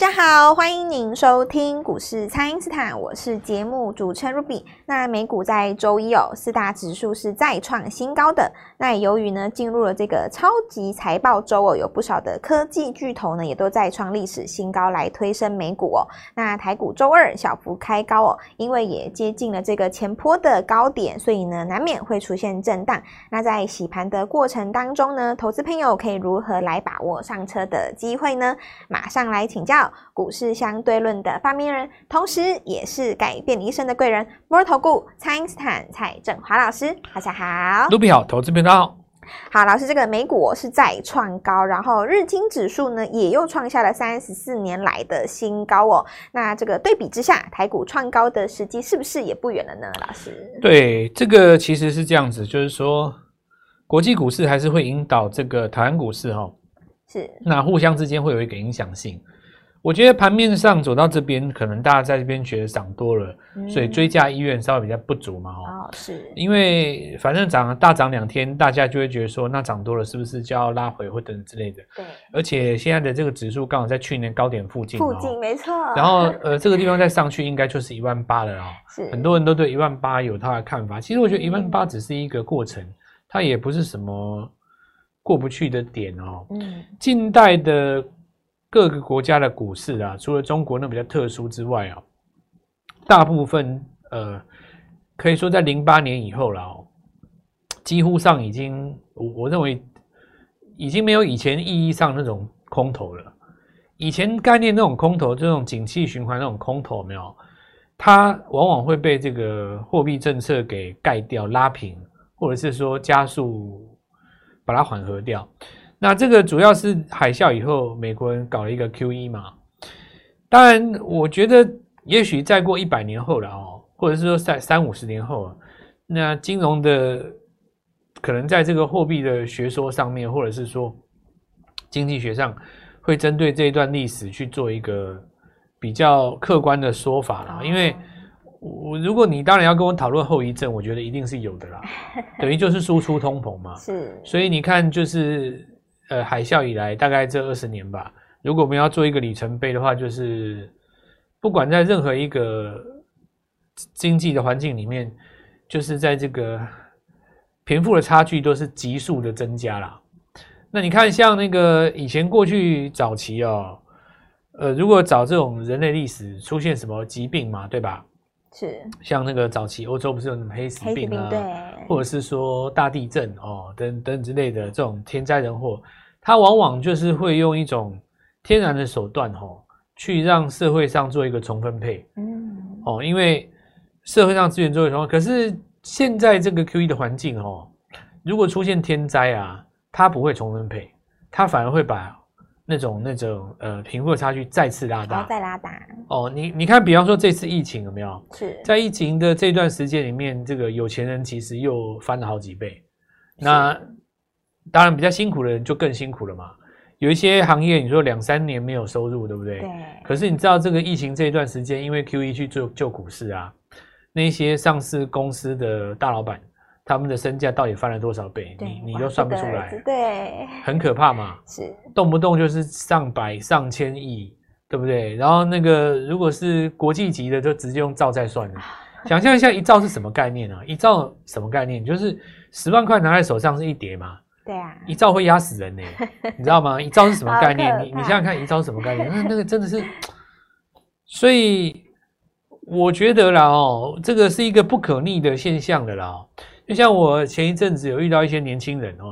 家好，欢迎您收听股市蔡因斯坦，我是节目主持人 Ruby。那美股在周一四大指数是再创新高的。那也由于呢进入了这个超级财报周有不少的科技巨头呢也都再创历史新高来推升美股那台股周二小幅开高因为也接近了这个前波的高点，所以呢难免会出现震荡。那在洗盘的过程当中呢，投资朋友可以如何来把握上车的机会呢？马上来请教股市相对论的发明人，同时也是改变你一生的贵人摩尔投顾蔡因斯坦蔡正华老师。大家好。 卢比好，投资频道好。 好，老师，这个美股是再创高，然后日经指数呢也又创下了34年来的新高那这个对比之下，台股创高的时机是不是也不远了呢？老师？ 对，这个其实是这样子，就是说国际股市还是会引导这个台湾股市是，那互相之间会有一个影响性。我觉得盘面上走到这边，可能大家在这边觉得涨多了，所以追价意愿稍微比较不足嘛是， 因为反正大涨2天，大家就会觉得说，那涨多了是不是就要拉回或等之类的？ 对。 而且现在的这个指数刚好在去年高点附近没错。 然后这个地方再上去应该就是18000了是。 很多人都对18000有他的看法，其实我觉得18000只是一个过程，它也不是什么过不去的点近代的各个国家的股市除了中国那比较特殊之外大部分可以说在08年以后了几乎上已经我认为已经没有以前意义上那种空头了。以前概念那种空头，这种景气循环那种空头没有，它往往会被这个货币政策给盖掉、拉平，或者是说加速把它缓和掉。那这个主要是海啸以后，美国人搞了一个 QE 嘛。当然，我觉得也许再过100年后了或者是说在30-50年后，那金融的可能在这个货币的学说上面，或者是说经济学上，会针对这一段历史去做一个比较客观的说法啦。因为如果你当然要跟我讨论后遗症，我觉得一定是有的啦，等于就是输出通膨嘛。 是， 所以你看，就是海啸以来大概这20年吧，如果我们要做一个里程碑的话，就是不管在任何一个经济的环境里面，就是在这个贫富的差距都是急速的增加啦。那你看，像那个以前过去早期如果找这种人类历史出现什么疾病嘛，对吧？ 是，像那个早期欧洲不是有什么黑死病对， 或者是说大地震等之类的这种天灾人祸，它往往就是会用一种天然的手段去让社会上做一个重分配。因为社会上资源做一个重分配，可是现在这个 QE 的环境如果出现天灾它不会重分配，它反而会把那种贫富的差距再次拉大， 再拉大你看，比方说这次疫情有没有？ 是在疫情的这段时间里面，这个有钱人其实又翻了好几倍。那当然比较辛苦的人就更辛苦了嘛。有一些行业你说2-3年没有收入，对不对？ 对。 可是你知道这个疫情这一段时间，因为 QE 去救股市那些上市公司的大老板，他们的身价到底翻了多少倍？你都算不出来， 对， 很可怕嘛。 是， 动不动就是上百上千亿，对不对？然后那个如果是国际级的，就直接用兆在算了。想象一下，1兆是什么概念1兆什么概念？就是10万块拿在手上是一叠嘛。 对啊 ，1兆会压死人你知道吗？1兆是什么概念？你想想看，1兆是什么概念？那个真的是，所以我觉得啦这个是一个不可逆的现象的啦。就像我前一阵子有遇到一些年轻人，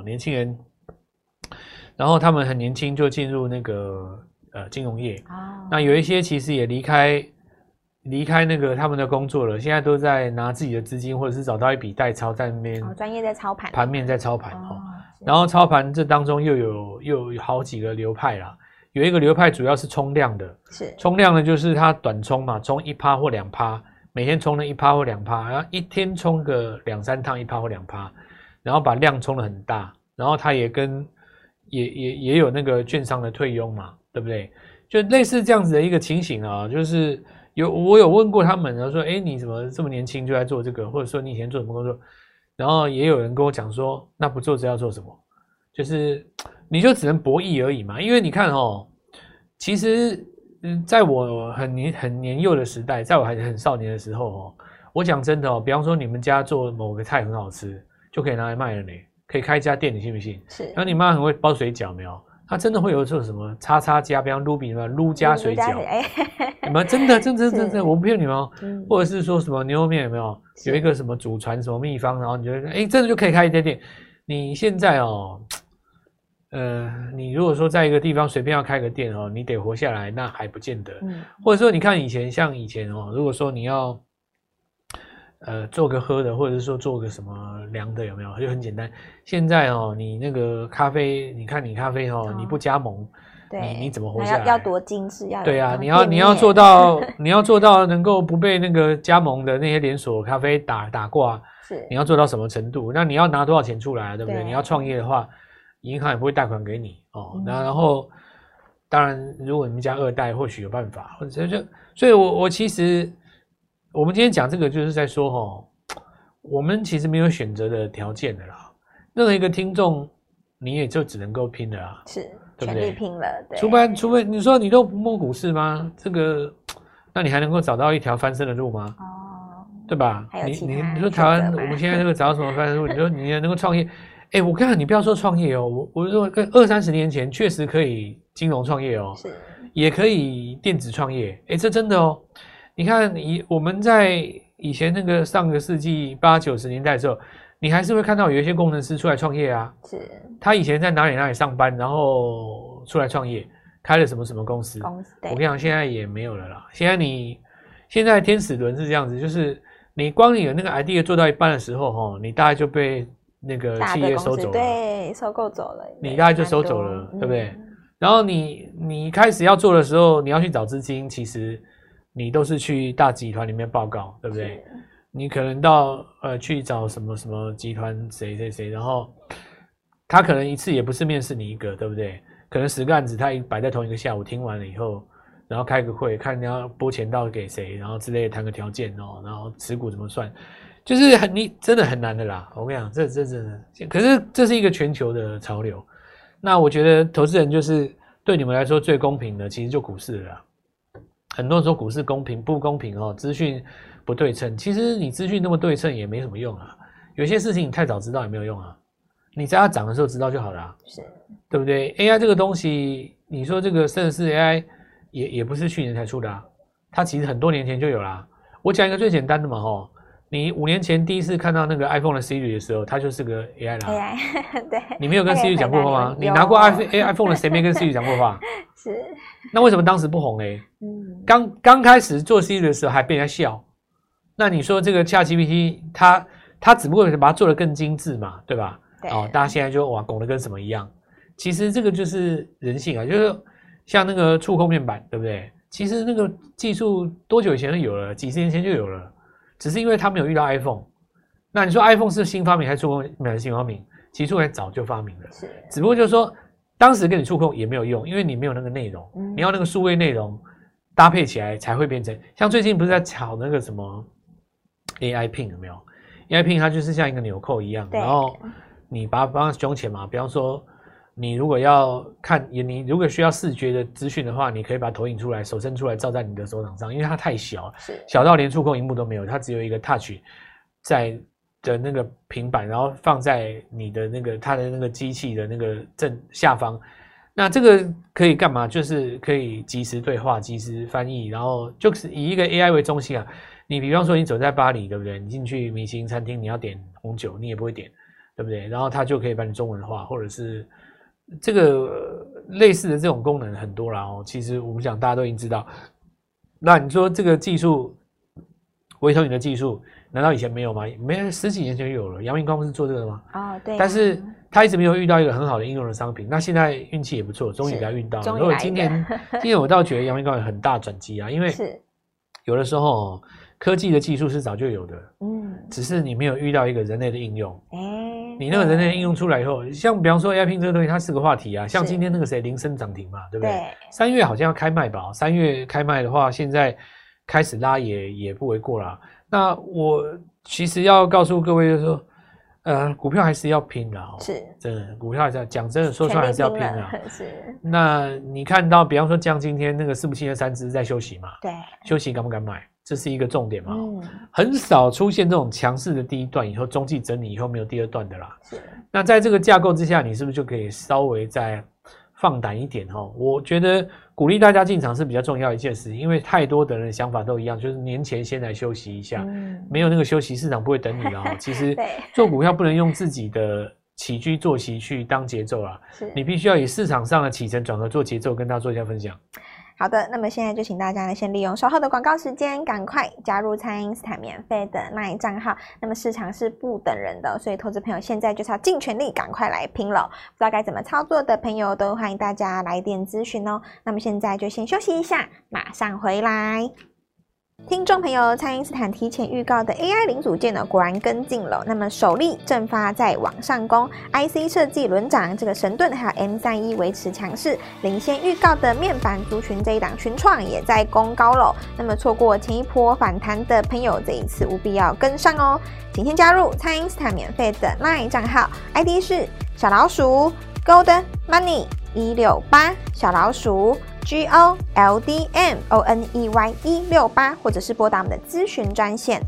然后他们很年轻就进入那个金融业那有一些其实也离开那个他们的工作了，现在都在拿自己的资金，或者是找到一笔代操在那边专业在操盘， 盘面在操盘然后操盘这当中又有好几个流派啦。有一个流派主要是冲量的，是冲量的就是它短冲嘛，冲1%或2%，每天冲了1%或2%，然后一天冲个2-3趟1%或2%，然后把量冲得很大，然后它也有那个券商的退佣嘛，对不对？就类似这样子的一个情形就是我有问过他们，然后说你怎么这么年轻就在做这个，或者说你以前做什么工作？然后也有人跟我讲说，那不做这要做什么？就是你就只能博弈而已嘛，因为你看其实在我很年幼的时代，在我还很少年的时候哦，我讲真的哦，比方说你们家做某个菜很好吃，就可以拿来卖了呢，可以开一家店，你信不信？ 是。 然后你妈很会包水饺，没有？她真的会有做什么叉叉加，比方 Ruby 什么撸加水饺，你们真的，我不骗你们哦。或者是说什么牛肉面有没有？有一个什么祖传什么秘方，然后你就真的就可以开一家店。你现在哦，你如果说在一个地方随便要开个店哦，你得活下来，那还不见得。或者说你看像以前哦，如果说你要做个喝的，或者是说做个什么凉的，有没有？就很简单。现在哦，你那个咖啡，你看你咖啡哦，你不加盟，你怎么活下来？ 要多精致， 对啊，你要做到你要做到能够不被那个加盟的那些连锁咖啡打挂， 是你要做到什么程度？那你要拿多少钱出来，对不对？你要创业的话，银行也不会贷款给你哦。然后，当然，如果你们家二代，或许有办法，或者所以我其实。我们今天讲这个，就是在说哦，我们其实没有选择的条件的啦。任何一个听众，你也就只能够拼了啦， 是， 对不对？ 全力拼了。对， 除非你说你都不摸股市吗？这个，那你还能够找到一条翻身的路吗？ 哦， 对吧？你说台湾，我们现在这个找到什么翻身路？你说你能够创业？我看你不要说创业哦，我说20-30年前确实可以金融创业哦， 是， 也可以电子创业。这真的哦。你看，我们在以前那个上个世纪80-90年代的时候，你还是会看到有一些工程师出来创业啊。 是， 他以前在哪里上班，然后出来创业，开了什么公司。我跟你讲，现在也没有了啦。现在天使轮是这样子，就是你光你的那个 idea 做到一半的时候，你大概就被那个企业收走了， 对，收购走了， 你大概就收走了，对不对？然后你开始要做的时候，你要去找资金，其实。你都是去大集团里面报告，对不对？你可能到去找什么集团谁，然后他可能一次也不是面试你一个，对不对？可能10个案子他摆在同一个下午，听完了以后，然后开个会，看你要拨钱到给谁，然后之类的谈个条件哦，然后持股怎么算，就是你真的很难的啦。我跟你讲，这真的，可是这是一个全球的潮流。那我觉得投资人就是对你们来说最公平的，其实就股市了啦。很多人说股市公平不公平哦，资讯不对称。其实你资讯那么对称也没什么用啊。有些事情你太早知道也没有用啊。你在它涨的时候知道就好了啊， 是，对不对 ？AI 这个东西，你说这个甚至是 AI 也不是去年才出的啊，它其实很多年前就有啦。我讲一个最简单的嘛吼，你5年前第一次看到那个 iPhone 的 Siri 的时候，它就是个 AI 啦。 AI 对， 你没有跟 Siri 讲过话吗？你拿过 iPhone 的谁没跟 Siri 讲过话？ 是。 那为什么当时不红嘞？刚开始做 Siri 的时候还被人家笑。那你说这个 ChatGPT 它只不过把它做得更精致嘛，对吧？哦，大家现在就哇拱得跟什么一样。其实这个就是人性啊，就是像那个触控面板，对不对？其实那个技术多久以前就有了，几十年前就有了，只是因为它没有遇到 iPhone。那你说 iPhone 是新发明还是触控面板新发明？其实触控早就发明了，只不过就是说当时跟你触控也没有用，因为你没有那个内容，你要那个数位内容搭配起来才会变成。像最近不是在炒那个什么 AI Pin 有没有 ？AI Pin 它就是像一个纽扣一样，然后你把它放在胸前嘛。比方说，你如果要看，你如果需要视觉的资讯的话，你可以把投影出来，手伸出来照在你的手掌上，因为它太小了，小到连触控萤幕都没有，它只有一个 Touch 在的那个平板，然后放在你的那个它的那个机器的那个正下方。那这个可以干嘛？就是可以即时对话、即时翻译，然后就是以一个 AI 为中心啊。你比方说你走在巴黎，对不对？你进去米其林餐厅，你要点红酒，你也不会点，对不对？然后它就可以把你中文化，或者是这个类似的这种功能很多啦哦。其实我们讲大家都已经知道。那你说这个技术，微投影的技术，难道以前没有吗？没，10几年前就有了。阳明光不是做这个吗？ 哦，对。 但是他一直没有遇到一个很好的应用的商品。那现在运气也不错，终于给他运到了。如果今年我倒觉得阳明光有很大转机啊，因为有的时候科技的技术是早就有的，只是你没有遇到一个人类的应用。你那个人类的应用出来以后，像比方说 AI Pin 这个东西，它是个话题啊。像今天那个谁林森涨停嘛，对不对？3月好像要开卖吧？3月开卖的话，现在开始拉也不为过啦。那我其实要告诉各位就是说， 股票还是要拼的哦， 是真的，股票还是要讲真的，说出来还是要拼的。 是。 那你看到，比方说像今天那个457的3只在休息嘛？ 对， 休息敢不敢买？这是一个重点嘛？很少出现这种强势的第一段以后中继整理以后没有第二段的啦。 是。 那在这个架构之下，你是不是就可以稍微再放胆一点哦？我觉得鼓励大家进场是比较重要的一件事，因为太多的人想法都一样，就是年前先来休息一下，没有那个休息，市场不会等你哦。其实做股票不能用自己的起居作息去当节奏啦，你必须要以市场上的起承转合做节奏，跟大家做一下分享。 好的，那么现在就请大家呢，先利用稍后的广告时间，赶快加入蔡因斯坦免费的 LINE 账号。那么市场是不等人的，所以投资朋友现在就是要尽全力，赶快来拼了。不知道该怎么操作的朋友，都欢迎大家来电咨询哦。那么现在就先休息一下，马上回来。听众朋友，蔡因斯坦提前预告的 AI 零组件呢，果然跟进了。那么首例正发在往上攻 ，IC 设计轮涨这个神盾还有 M31维持强势，领先预告的面板族群这一档群创也在攻高了。那么错过前一波反弹的朋友，这一次务必要跟上哦。请先加入蔡因斯坦免费的 LINE 账号 ，ID 是小老鼠 Gold Money 168小老鼠。GOLDMONEY168，或者是拨打我们的咨询专线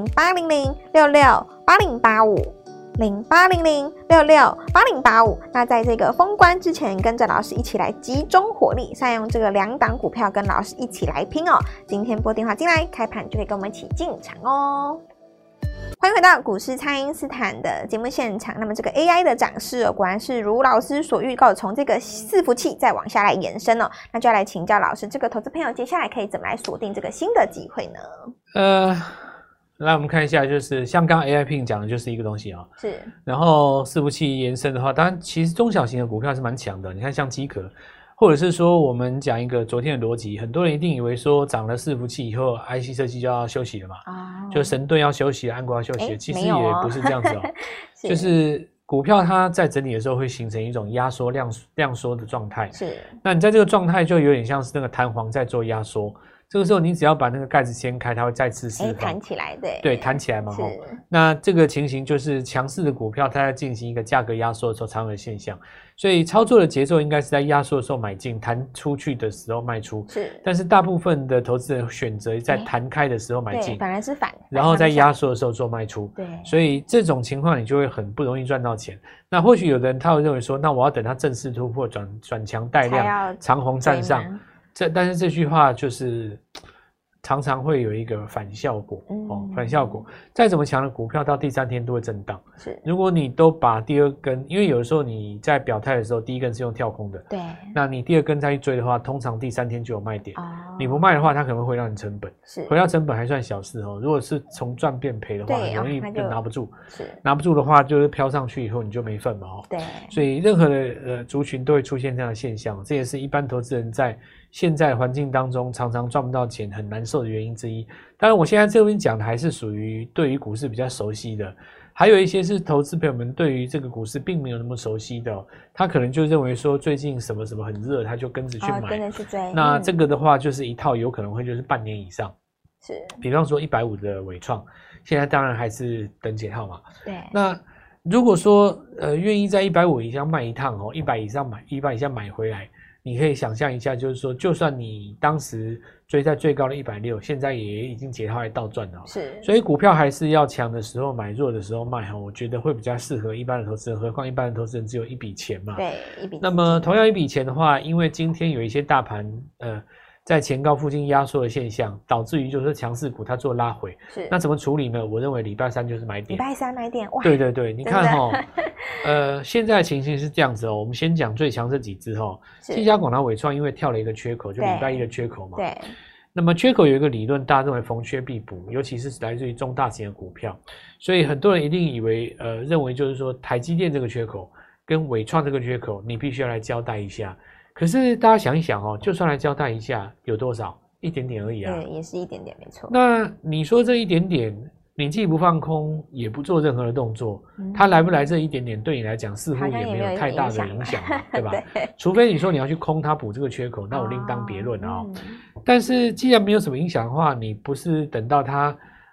0800668085，0800668085。那在这个封关之前，跟着老师一起来集中火力，善用这个2档股票，跟老师一起来拼哦。今天拨电话进来，开盘就可以跟我们一起进场哦。欢迎回到股市蔡因斯坦的节目现场。那么这个 AI 的涨势果然是如老师所预告的，从这个伺服器再往下来延伸哦。那就要来请教老师，这个投资朋友接下来可以怎么来锁定这个新的机会呢？ 来我们看一下，就是像刚刚 AI Pin 讲的就是一个东西啊， 是。 然后伺服器延伸的话，当然其实中小型的股票是蛮强的。你看像机壳，或者是说我们讲一个昨天的逻辑，很多人一定以为说涨了伺服器以后 IC 设计就要休息了嘛，就神盾要休息了，安国要休息了，其实也不是这样子哦。就是股票它在整理的时候会形成一种压缩量缩的状态，是。那你在这个状态就有点像是那个弹簧在做压缩。这个时候你只要把那个盖子掀开，它会再次释放， 弹起来， 对，弹起来嘛。那这个情形就是强势的股票它在进行一个价格压缩的时候常有的现象，所以操作的节奏应该是在压缩的时候买进，弹出去的时候卖出。是，但是大部分的投资人选择在弹开的时候买进， 反而是反， 然后在压缩的时候做卖出。对，所以这种情况你就会很不容易赚到钱。那或许有的人他会认为说，那我要等它正式突破转强带量，长红站上。但是这句话就是常常会有一个反效果，反效果。再怎么强的股票到第3天都会震荡。是，如果你都把第2根，因为有的时候你在表态的时候，第1根是用跳空的，对，那你第2根再去追的话，通常第3天就有卖点。你不卖的话，它可能会让你成本，是回到成本还算小事哦。如果是从赚变赔的话，很容易就拿不住，是拿不住的话，就是飘上去以后你就没份嘛，哦。对，所以任何的族群都会出现这样的现象，这也是一般投资人在现在环境当中常常赚不到钱很难受的原因之一。当然我现在这边讲的还是属于对于股市比较熟悉的，还有一些是投资朋友们对于这个股市并没有那么熟悉的，他可能就认为说最近什么什么很热，他就跟着去买， 跟着去追。 那这个的话就是一套有可能会就是半年以上，是，比方说150的伟创，现在当然还是等解套嘛。对，那如果说愿意在150以上卖一趟哦，100以上买，100以下买回来。你可以想象一下，就是说，就算你当时追在最高的160，现在也已经解套来倒赚了。是，所以股票还是要强的时候买，弱的时候卖。我觉得会比较适合一般的投资人，何况一般的投资人只有一笔钱嘛。对，一笔。那么同样一笔钱的话，因为今天有一些大盘在前高附近压缩的现象，导致于就是强势股它做拉回。是，那怎么处理呢？我认为礼拜3就是买点。礼拜3买点，哇！对对对，你看现在的情形是这样子哦。我们先讲最强这几只哦，技嘉、广达、伟创，因为跳了一个缺口，就礼拜1的缺口嘛。对。那么缺口有一个理论，大家认为逢缺必补，尤其是来自于中大型的股票，所以很多人一定以为认为就是说台积电这个缺口跟伟创这个缺口，你必须要来交代一下。可是大家想一想哦，就算来交代一下，有多少？一点点而已啊。对，也是一点点，没错。那你说这一点点，你既不放空，也不做任何的动作，它来不来这一点点，对你来讲似乎也没有太大的影响嘛，对吧？对，除非你说你要去空它补这个缺口，那我另当别论啊。但是既然没有什么影响的话，你不是等到它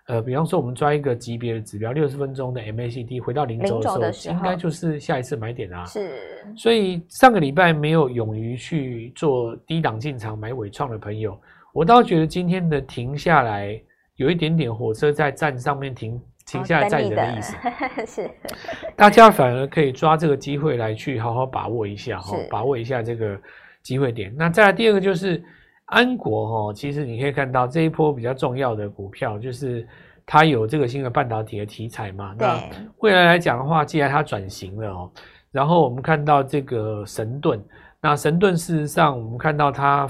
比方说我们抓一个级别的指标，60分钟的 MACD 回到0轴的时候，应该就是下一次买点啊。 是， 所以上个礼拜没有勇于去做低档进场买伟创的朋友，我倒觉得今天的停下来，有一点点火车在站上面停下来载人的意思。 是， 大家反而可以抓这个机会来去好好把握一下，把握一下这个机会点。那再来第二个就是安国其实你可以看到这一波比较重要的股票，就是它有这个新的半导体的题材嘛。那未来来讲的话，既然它转型了然后我们看到这个神盾，那神盾事实上我们看到它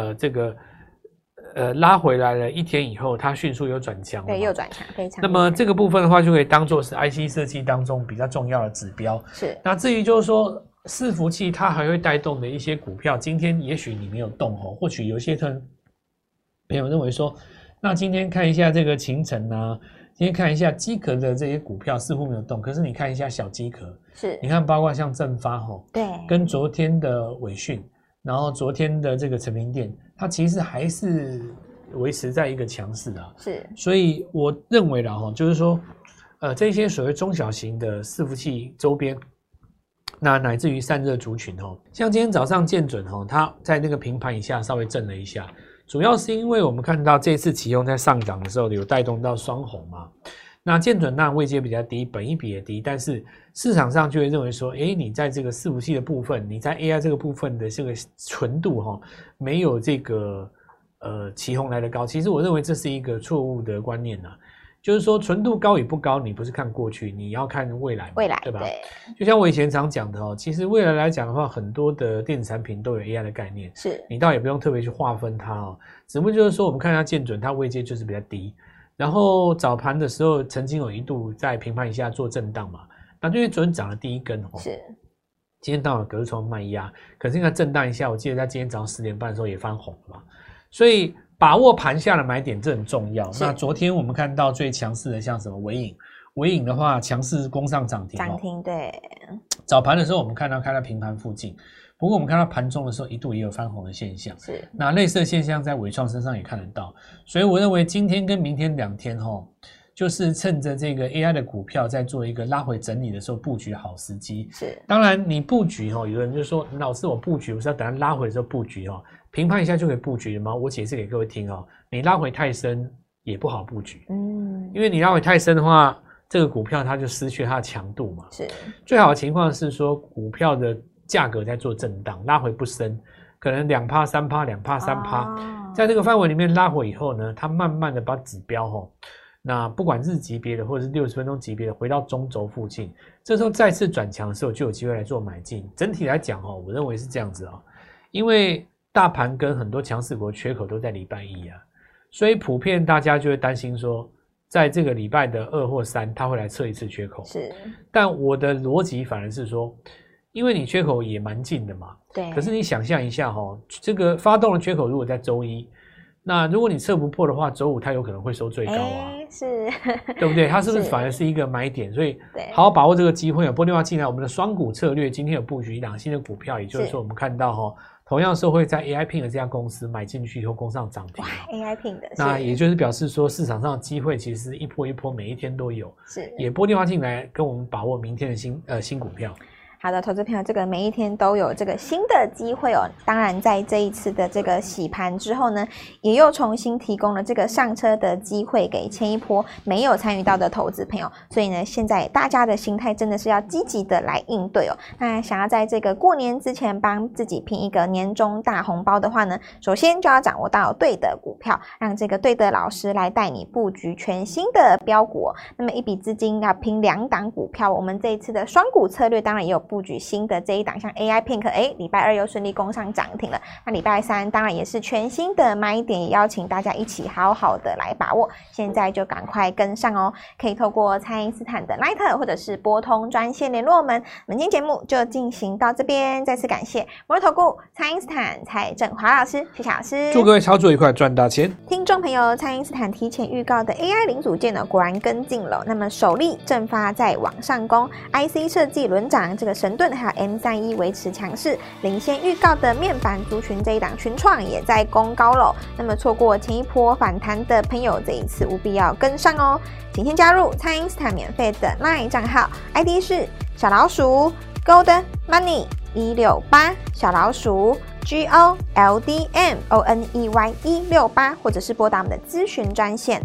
拉回来了1天以后，它迅速又转强， 对，又转强，非常。 那么这个部分的话，就可以当做是 IC 设计当中比较重要的指标。 是。那至于就是说伺服器它还会带动的一些股票，今天也许你没有动或许有些朋友认为说，那今天看一下这个勤诚啊，今天看一下机壳的这些股票似乎没有动，可是你看一下小机壳， 是， 你看包括像正发对， 跟昨天的伟讯，然后昨天的这个成名店，它其实还是维持在一个强势的， 是， 所以我认为啦就是说，这些所谓中小型的伺服器周边。那乃至于散热族群像今天早上建准它在那个平盘以下稍微震了一下，主要是因为我们看到这次期货在上涨的时候有带动到双红嘛。那建准那位阶比较低，本益比也低，但是市场上就会认为说，你在这个伺服器的部分，你在 AI 这个部分的这个纯度没有这个期红来的高。其实我认为这是一个错误的观念啊。就是说纯度高与不高，你不是看过去，你要看未来，对吧？对，就像我以前常讲的其实未来来讲的话，很多的电子产品都有 AI 的概念， 是你倒也不用特别去划分它只不过就是说我们看它建准，它位阶就是比较低，然后早盘的时候曾经有一度在平盘以下做震荡嘛，那因为昨天涨了第一根是， 今天到了隔日冲卖压，可是应该震荡一下，我记得在今天早上10点半的时候也翻红了嘛，所以把握盘下的买点这很重要。那昨天我们看到最强势的像什么微影的话，强势攻上涨停对。 早盘的时候我们看到开到平盘附近，不过我们看到盘中的时候一度也有翻红的现象。 是。 那类似的现象在伟创身上也看得到，所以我认为今天跟明天2天就是趁着这个 AI 的股票在做一个拉回整理的时候布局好时机。 是。 当然你布局有人就说老师我布局我是要等它拉回的时候布局平盘一下就可以布局了吗？我解释给各位听你拉回太深也不好布局，因为你拉回太深的话，这个股票它就失去它的强度嘛。 是， 最好的情况是说股票的价格在做震荡，拉回不深，可能2%、3%、2%、3%，在这个范围里面拉回以后呢，它慢慢的把指标那不管日级别的或者是60分钟级别的回到中轴附近，这时候再次转强的时候就有机会来做买进。整体来讲我认为是这样子因为大盘跟很多强势股缺口都在礼拜一所以普遍大家就会担心说，在这个礼拜的2或3，它会来测一次缺口。 是， 但我的逻辑反而是说，因为你缺口也蛮近的嘛， 对。 可是你想象一下这个发动的缺口如果在周一，那如果你测不破的话，周五它有可能会收最高是， 对不对？它是不是反而是一个买点？所以好好把握这个机会。拨电话进来，我们的双股策略今天有布局一档新的股票，也就是说我们看到同样是会在 AI Pin 的这家公司买进去以后攻上涨停。 AI Pin 的， 那也就是表示说市场上的机会其实一波一波，每一天都有。 是， 也拨电话进来跟我们把握明天的新股票。 好的，投资朋友，这个每一天都有这个新的机会当然，在这一次的这个洗盘之后呢，也又重新提供了这个上车的机会给前一波没有参与到的投资朋友。所以呢，现在大家的心态真的是要积极的来应对那想要在这个过年之前帮自己拼一个年终大红包的话呢，首先就要掌握到对的股票，让这个对的老师来带你布局全新的标股那么一笔资金要拼2档股票，我们这一次的双股策略当然也有布局新的这一档，像 AI Pink， 礼拜2又顺利攻上涨停了。那礼拜3当然也是全新的买点，也邀请大家一起好好的来把握。现在就赶快跟上可以透过蔡因斯坦的 Line 或者是拨通专线联络我们。今天节目就进行到这边，再次感谢摩尔投顾蔡因斯坦蔡正华老师，谢谢老师， 祝各位操作愉快，赚大钱。 听众朋友，蔡因斯坦提前预告的 AI 零组件果然跟进了，那么首例正发在往上攻，IC 设计轮涨这个神盾还有 M31维持强势，领先预告的面板族群这一档群创也在攻高了。那么错过前一波反弹的朋友，这一次务必要跟上哦。请先加入蔡因斯坦免费的 LINE 账号 ，ID 是小老鼠 Gold Money 168，小老鼠 GOLDMONEY 168，或者是拨打我们的咨询专线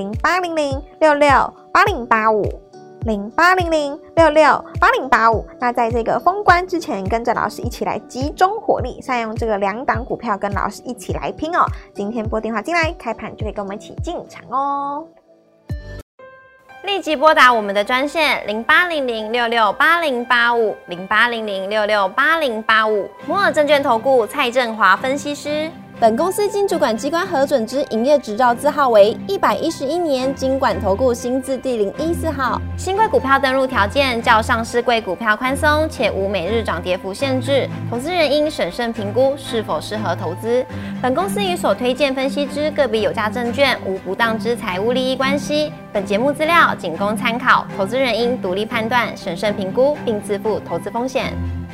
0800668085。0800668085。那在这个封关之前，跟着老师一起来集中火力，善用这个2档股票，跟老师一起来拼哦。今天拨电话进来，开盘就可以跟我们一起进场哦。 立即拨打我们的专线0800668085，0800668085。摩尔证券投顾蔡正华分析师。本公司经主管机关核准之营业执照字号为111年金管投顾新字第014号。新贵股票登录条件较上市贵股票宽松，且无每日涨跌幅限制。投资人应审慎评估是否适合投资。本公司与所推荐分析之个别有价证券无不当之财务利益关系。本节目资料仅供参考，投资人应独立判断、审慎评估，并自负投资风险。